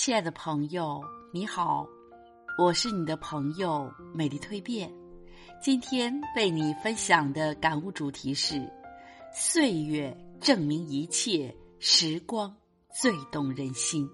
亲爱的朋友，你好，我是你的朋友美丽蜕变。今天为你分享的感悟主题是：岁月证明一切，时光最动人心。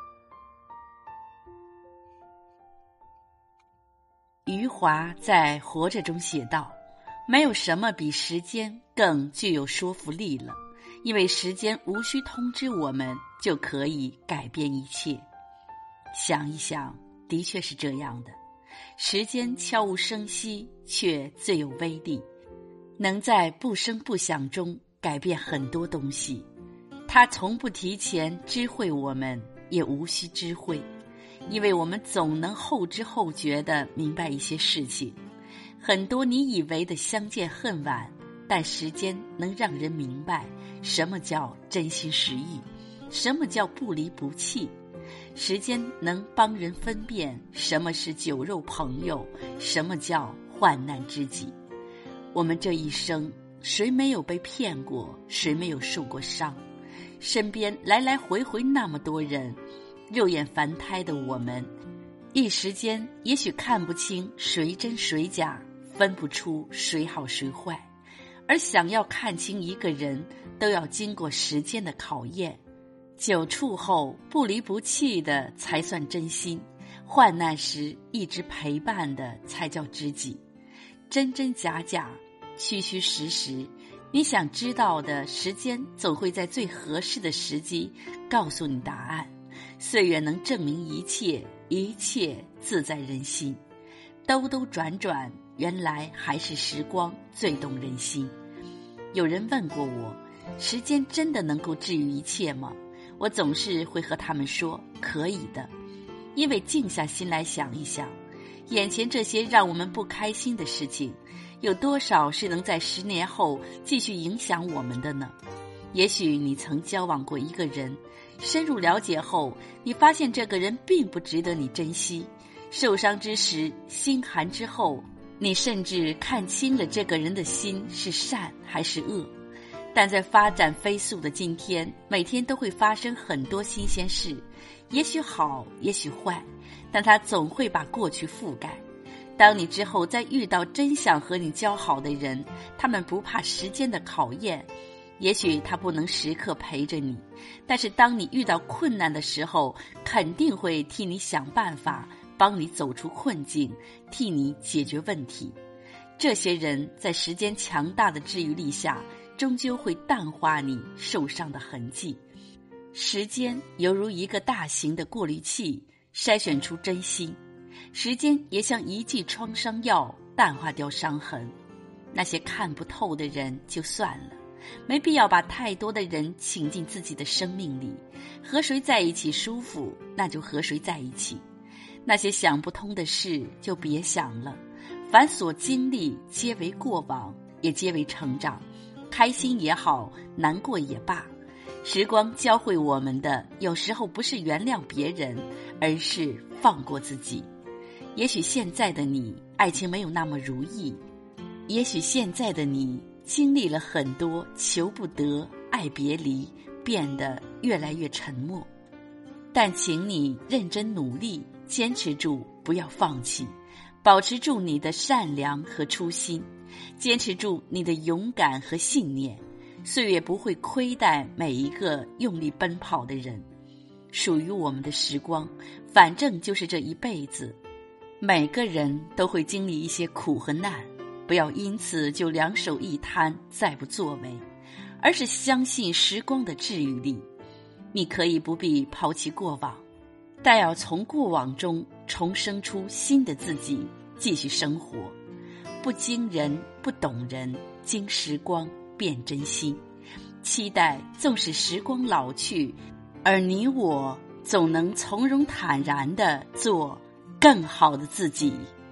余华在《活着》中写道，没有什么比时间更具有说服力了，因为时间无需通知我们就可以改变一切。想一想，的确是这样的，时间悄无声息，却最有威力，能在不声不响中改变很多东西。它从不提前知会我们，也无需知会，因为我们总能后知后觉地明白一些事情。很多你以为的相见恨晚，但时间能让人明白什么叫真心实意，什么叫不离不弃。时间能帮人分辨什么是酒肉朋友，什么叫患难知己。我们这一生，谁没有被骗过，谁没有受过伤？身边来来回回那么多人，肉眼凡胎的我们，一时间也许看不清谁真谁假，分不出谁好谁坏。而想要看清一个人，都要经过时间的考验。久处后不离不弃的才算真心，患难时一直陪伴的才叫知己。真真假假，虚虚实实，你想知道的，时间总会在最合适的时机告诉你答案。岁月能证明一切，一切自在人心。兜兜转转，原来还是时光最动人心。有人问过我，时间真的能够治愈一切吗？我总是会和他们说，可以的。因为静下心来想一想，眼前这些让我们不开心的事情，有多少是能在10年后继续影响我们的呢？也许你曾交往过一个人，深入了解后，你发现这个人并不值得你珍惜。受伤之时，心寒之后，你甚至看清了这个人的心是善还是恶。但在发展飞速的今天，每天都会发生很多新鲜事，也许好，也许坏，但它总会把过去覆盖。当你之后再遇到真想和你交好的人，他们不怕时间的考验，也许他不能时刻陪着你，但是当你遇到困难的时候，肯定会替你想办法，帮你走出困境，替你解决问题。这些人在时间强大的治愈力下，终究会淡化你受伤的痕迹。时间犹如一个大型的过滤器，筛选出真心。时间也像一剂创伤药，淡化掉伤痕。那些看不透的人就算了，没必要把太多的人请进自己的生命里。和谁在一起舒服，那就和谁在一起。那些想不通的事就别想了。凡所经历，皆为过往，也皆为成长。开心也好，难过也罢，时光教会我们的，有时候不是原谅别人，而是放过自己。也许现在的你，爱情没有那么如意，也许现在的你，经历了很多求不得、爱别离，变得越来越沉默。但请你认真努力，坚持住，不要放弃，保持住你的善良和初心，坚持住你的勇敢和信念。岁月不会亏待每一个用力奔跑的人。属于我们的时光，反正就是这一辈子，每个人都会经历一些苦和难，不要因此就两手一摊，再不作为，而是相信时光的治愈力。你可以不必抛弃过往，但要从过往中重生出新的自己，继续生活。不经人，不懂人，经时光变真心。期待纵使时光老去，而你我总能从容坦然地做更好的自己。